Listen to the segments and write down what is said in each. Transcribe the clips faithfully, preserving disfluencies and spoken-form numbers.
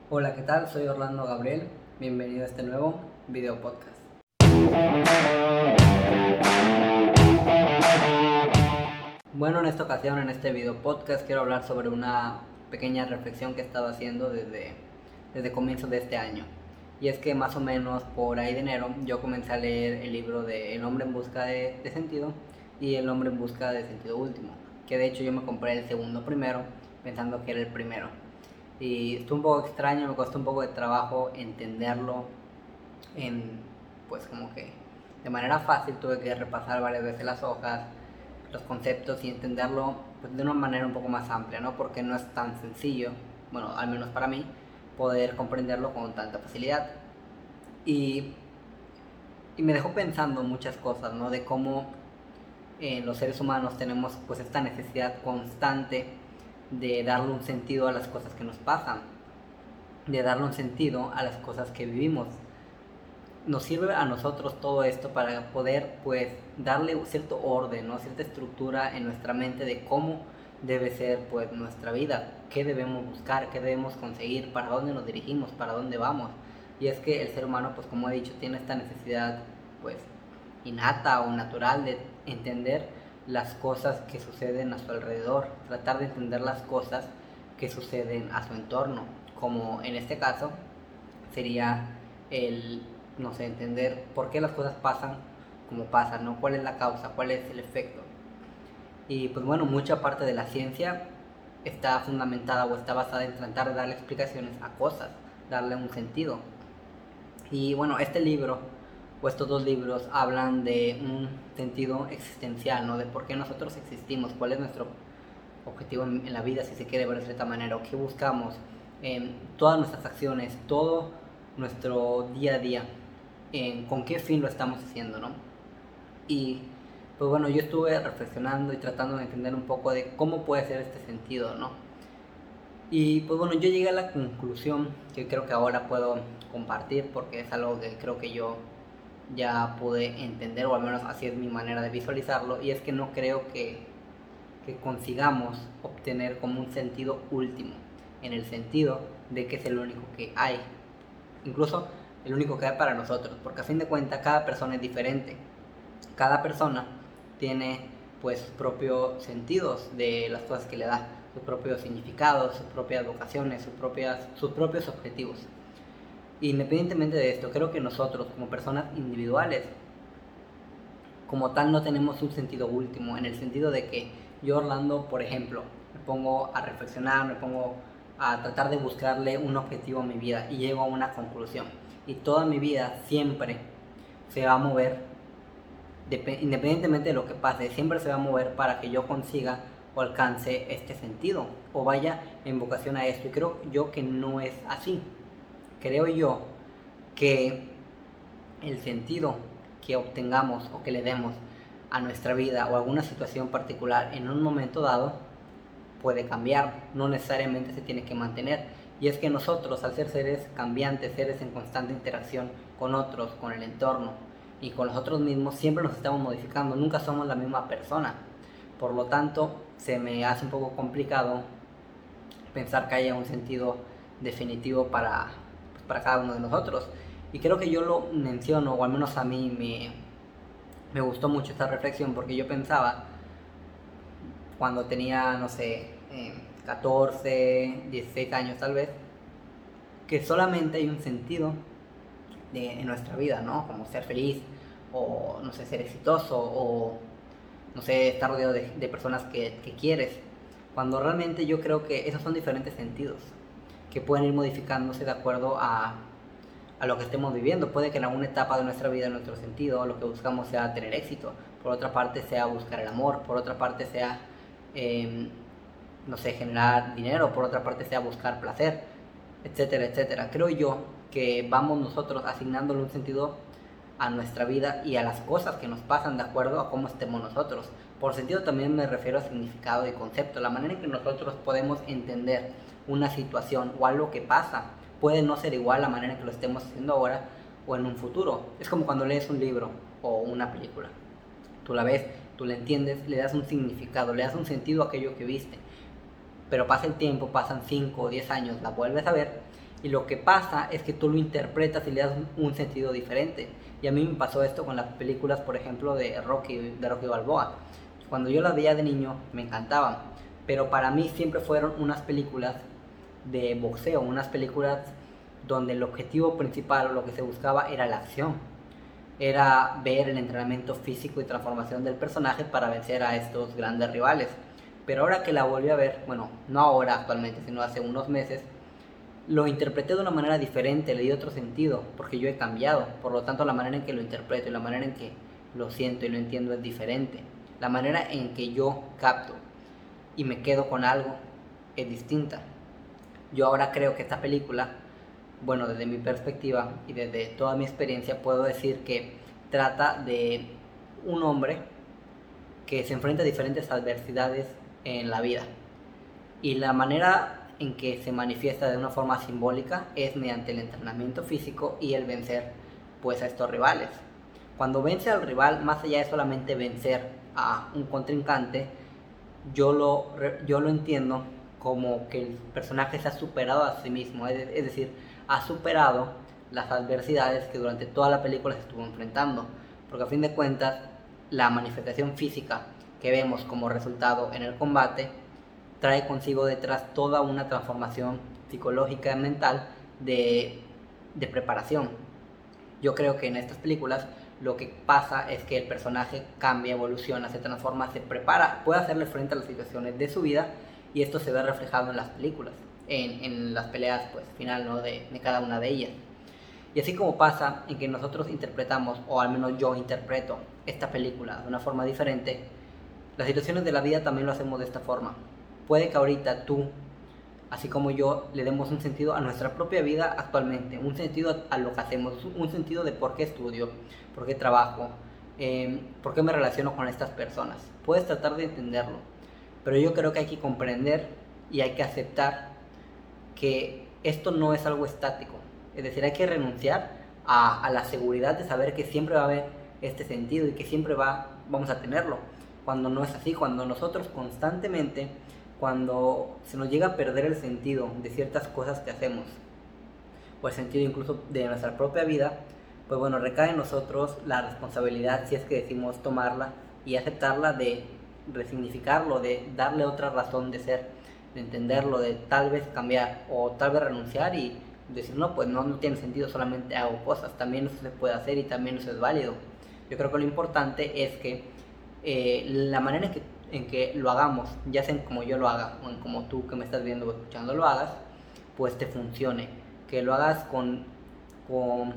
Hola, ¿qué tal? Soy Orlando Gabriel. Bienvenido a este nuevo video podcast. Bueno, en esta ocasión, en este video podcast, quiero hablar sobre una pequeña reflexión que he estado haciendo desde, desde comienzos de este año. Y es que más o menos por ahí de enero yo comencé a leer el libro de El hombre en busca de, de sentido y El hombre en busca de sentido último. Que de hecho yo me compré el segundo primero pensando que era el primero. Y estuvo un poco extraño, me costó un poco de trabajo entenderlo en, pues como que de manera fácil. Tuve que repasar varias veces las hojas, los conceptos y entenderlo pues, de una manera un poco más amplia, ¿no? Porque no es tan sencillo, bueno, al menos para mí, poder comprenderlo con tanta facilidad. Y, y me dejó pensando muchas cosas, ¿no? De cómo eh, los seres humanos tenemos pues esta necesidad constante de darle un sentido a las cosas que nos pasan, de darle un sentido a las cosas que vivimos. Nos sirve a nosotros todo esto para poder pues darle cierto orden, ¿no? Cierta estructura en nuestra mente de cómo debe ser pues nuestra vida, qué debemos buscar, qué debemos conseguir, para dónde nos dirigimos, para dónde vamos. Y es que el ser humano, pues como he dicho, tiene esta necesidad pues innata o natural de entender las cosas que suceden a su alrededor, tratar de entender las cosas que suceden a su entorno, como en este caso sería el, no sé, entender por qué las cosas pasan como pasan, ¿no? ¿Cuál es la causa? ¿Cuál es el efecto? Y pues bueno, mucha parte de la ciencia está fundamentada o está basada en tratar de darle explicaciones a cosas, darle un sentido. Y bueno, este libro o estos dos libros hablan de un sentido existencial, ¿no? De por qué nosotros existimos, cuál es nuestro objetivo en, en la vida, si se quiere ver de cierta manera, o qué buscamos en todas nuestras acciones, todo nuestro día a día, en con qué fin lo estamos haciendo, ¿no? Y pues bueno, yo estuve reflexionando y tratando de entender un poco de cómo puede ser este sentido, ¿no? Y pues bueno, yo llegué a la conclusión que creo que ahora puedo compartir porque es algo que creo que yo ya pude entender, o al menos así es mi manera de visualizarlo, y es que no creo que, que consigamos obtener como un sentido último, en el sentido de que es el único que hay, incluso el único que hay para nosotros, porque a fin de cuentas cada persona es diferente, cada persona tiene pues sus propios sentidos de las cosas que le da, sus propios significados, sus propias vocaciones, sus, propias, sus propios objetivos. Independientemente de esto, creo que nosotros como personas individuales, como tal, no tenemos un sentido último, en el sentido de que yo, Orlando, por ejemplo, me pongo a reflexionar, me pongo a tratar de buscarle un objetivo a mi vida y llego a una conclusión. Y toda mi vida siempre se va a mover, independientemente de lo que pase, siempre se va a mover para que yo consiga o alcance este sentido o vaya en vocación a esto. Y creo yo que no es así. Creo yo que el sentido que obtengamos o que le demos a nuestra vida o a alguna situación particular en un momento dado puede cambiar, no necesariamente se tiene que mantener. Y es que nosotros, al ser seres cambiantes, seres en constante interacción con otros, con el entorno y con nosotros mismos, siempre nos estamos modificando, nunca somos la misma persona. Por lo tanto, se me hace un poco complicado pensar que haya un sentido definitivo para, pues, para cada uno de nosotros. Y creo que yo lo menciono, o al menos a mí me, me gustó mucho esta reflexión, porque yo pensaba, cuando tenía, no sé, eh, catorce, dieciséis años tal vez, que solamente hay un sentido de, en nuestra vida, ¿no? Como ser feliz, o no sé, ser exitoso, o no sé, estar rodeado de, de personas que, que quieres. Cuando realmente yo creo que esos son diferentes sentidos, que pueden ir modificándose de acuerdo a, a lo que estemos viviendo. Puede que en alguna etapa de nuestra vida, nuestro sentido, lo que buscamos sea tener éxito, por otra parte sea buscar el amor, por otra parte sea, eh, no sé, generar dinero, por otra parte sea buscar placer, etcétera, etcétera. Creo yo que vamos nosotros asignándole un sentido a nuestra vida y a las cosas que nos pasan de acuerdo a cómo estemos nosotros. Por sentido también me refiero a significado y concepto, la manera en que nosotros podemos entender una situación o algo que pasa puede no ser igual a la manera en que lo estemos haciendo ahora o en un futuro. Es como cuando lees un libro o una película. Tú la ves, tú la entiendes, le das un significado, le das un sentido a aquello que viste. Pero pasa el tiempo, pasan cinco o diez años, la vuelves a ver y lo que pasa es que tú lo interpretas y le das un, un sentido diferente. Y a mí me pasó esto con las películas, por ejemplo, de Rocky, de Rocky Balboa. Cuando yo las veía de niño me encantaban, pero para mí siempre fueron unas películas de boxeo, unas películas donde el objetivo principal o lo que se buscaba era la acción. Era ver el entrenamiento físico y transformación del personaje para vencer a estos grandes rivales. Pero ahora que la volví a ver, bueno, no ahora actualmente, sino hace unos meses, lo interpreté de una manera diferente, le di otro sentido, porque yo he cambiado. Por lo tanto, la manera en que lo interpreto y la manera en que lo siento y lo entiendo es diferente. La manera en que yo capto y me quedo con algo es distinta. Yo ahora creo que esta película, bueno, desde mi perspectiva y desde toda mi experiencia, puedo decir que trata de un hombre que se enfrenta a diferentes adversidades en la vida. Y la manera en que se manifiesta de una forma simbólica es mediante el entrenamiento físico y el vencer pues a estos rivales. Cuando vence al rival, más allá de solamente vencer a un contrincante, yo lo, yo lo entiendo como que el personaje se ha superado a sí mismo, es, es decir, ha superado las adversidades que durante toda la película se estuvo enfrentando, porque a fin de cuentas la manifestación física que vemos como resultado en el combate trae consigo detrás toda una transformación psicológica y mental de, de preparación. Yo creo que en estas películas lo que pasa es que el personaje cambia, evoluciona, se transforma, se prepara, puede hacerle frente a las situaciones de su vida, y esto se ve reflejado en las películas, en, en las peleas pues final, ¿no? de, de cada una de ellas. Y así como pasa en que nosotros interpretamos, o al menos yo interpreto esta película de una forma diferente, las situaciones de la vida también lo hacemos de esta forma. Puede que ahorita tú, así como yo, le demos un sentido a nuestra propia vida actualmente, un sentido a lo que hacemos, un sentido de por qué estudio, por qué trabajo, eh, por qué me relaciono con estas personas. Puedes tratar de entenderlo, pero yo creo que hay que comprender y hay que aceptar que esto no es algo estático. Es decir, hay que renunciar a, a la seguridad de saber que siempre va a haber este sentido y que siempre va, vamos a tenerlo, cuando no es así, cuando nosotros constantemente, cuando se nos llega a perder el sentido de ciertas cosas que hacemos, o el sentido incluso de nuestra propia vida, pues bueno, recae en nosotros la responsabilidad, si es que decimos tomarla y aceptarla, de resignificarlo, de darle otra razón de ser, de entenderlo, de tal vez cambiar o tal vez renunciar y decir, no, pues no, no tiene sentido, solamente hago cosas, también eso se puede hacer y también eso es válido. Yo creo que lo importante es que eh, la manera en que, en que lo hagamos, ya sea en como yo lo haga o en como tú que me estás viendo o escuchando lo hagas, pues te funcione, que lo hagas con, con,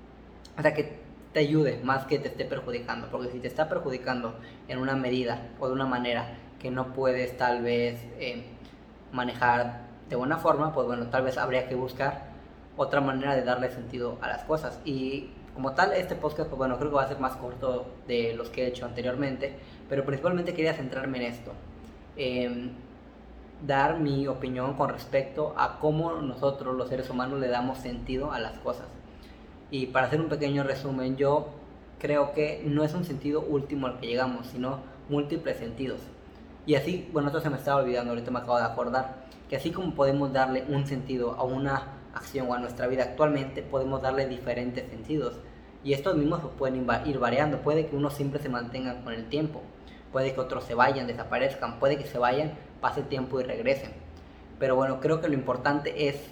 o sea, que te ayude más que te esté perjudicando, porque si te está perjudicando en una medida o de una manera que no puedes tal vez eh, manejar de buena forma, pues bueno, tal vez habría que buscar otra manera de darle sentido a las cosas. Y como tal, este podcast, pues bueno, creo que va a ser más corto de los que he hecho anteriormente, pero principalmente quería centrarme en esto, eh, dar mi opinión con respecto a cómo nosotros los seres humanos le damos sentido a las cosas. Y para hacer un pequeño resumen, yo creo que no es un sentido último al que llegamos, sino múltiples sentidos. Y así, bueno, esto se me estaba olvidando, ahorita me acabo de acordar, que así como podemos darle un sentido a una acción o a nuestra vida actualmente, podemos darle diferentes sentidos. Y estos mismos pueden ir variando, puede que unos siempre se mantengan con el tiempo, puede que otros se vayan, desaparezcan, puede que se vayan, pase el tiempo y regresen. Pero bueno, creo que lo importante es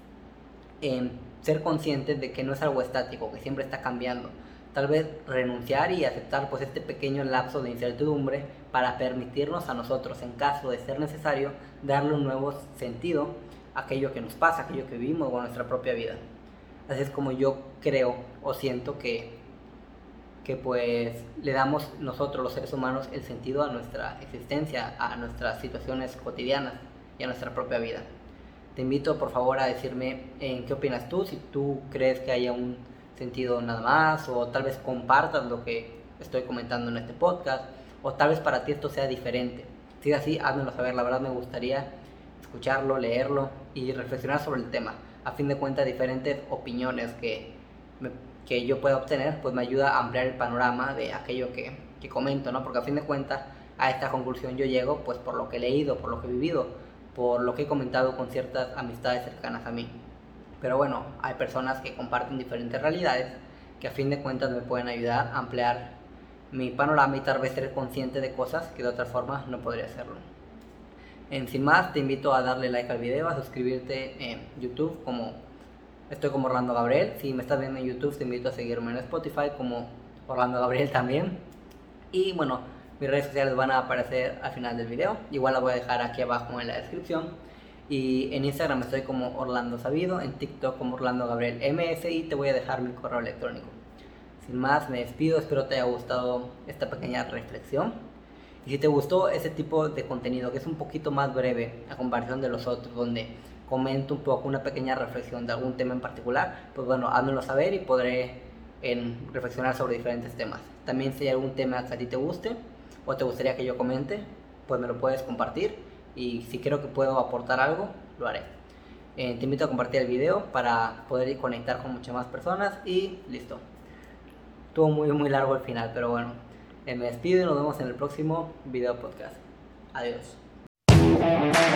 eh, ser conscientes de que no es algo estático, que siempre está cambiando. Tal vez renunciar y aceptar pues este pequeño lapso de incertidumbre para permitirnos a nosotros, en caso de ser necesario, darle un nuevo sentido a aquello que nos pasa, aquello que vivimos o a nuestra propia vida. Así es como yo creo o siento que, que pues le damos nosotros los seres humanos el sentido a nuestra existencia, a nuestras situaciones cotidianas y a nuestra propia vida. Te invito por favor a decirme en qué opinas tú, si tú crees que haya un sentido nada más, o tal vez compartas lo que estoy comentando en este podcast, o tal vez para ti esto sea diferente. Si es así, házmelo saber, la verdad me gustaría escucharlo, leerlo y reflexionar sobre el tema. A fin de cuentas, diferentes opiniones que, me, que yo pueda obtener, pues me ayuda a ampliar el panorama de aquello que, que comento, ¿no? Porque a fin de cuentas, a esta conclusión yo llego pues por lo que he leído, por lo que he vivido, por lo que he comentado con ciertas amistades cercanas a mí. Pero bueno, hay personas que comparten diferentes realidades que a fin de cuentas me pueden ayudar a ampliar mi panorama y tal vez ser consciente de cosas que de otra forma no podría hacerlo. En sin más, te invito a darle like al video, a suscribirte en YouTube como estoy como Orlando Gabriel. Si me estás viendo en YouTube, te invito a seguirme en Spotify como Orlando Gabriel también. Y bueno, mis redes sociales van a aparecer al final del video. Igual las voy a dejar aquí abajo en la descripción. Y en Instagram estoy como Orlando Sabido, en TikTok como Orlando Gabriel M S y te voy a dejar mi correo electrónico. Sin más, me despido, espero te haya gustado esta pequeña reflexión. Y si te gustó ese tipo de contenido, que es un poquito más breve a comparación de los otros, donde comento un poco, una pequeña reflexión de algún tema en particular, pues bueno, házmelo saber y podré en reflexionar sobre diferentes temas. También si hay algún tema que a ti te guste o te gustaría que yo comente, pues me lo puedes compartir y si creo que puedo aportar algo, lo haré. Eh, te invito a compartir el video para poder conectar con muchas más personas y listo. Estuvo muy muy largo el final, pero bueno, eh, me despido y nos vemos en el próximo video podcast. Adiós.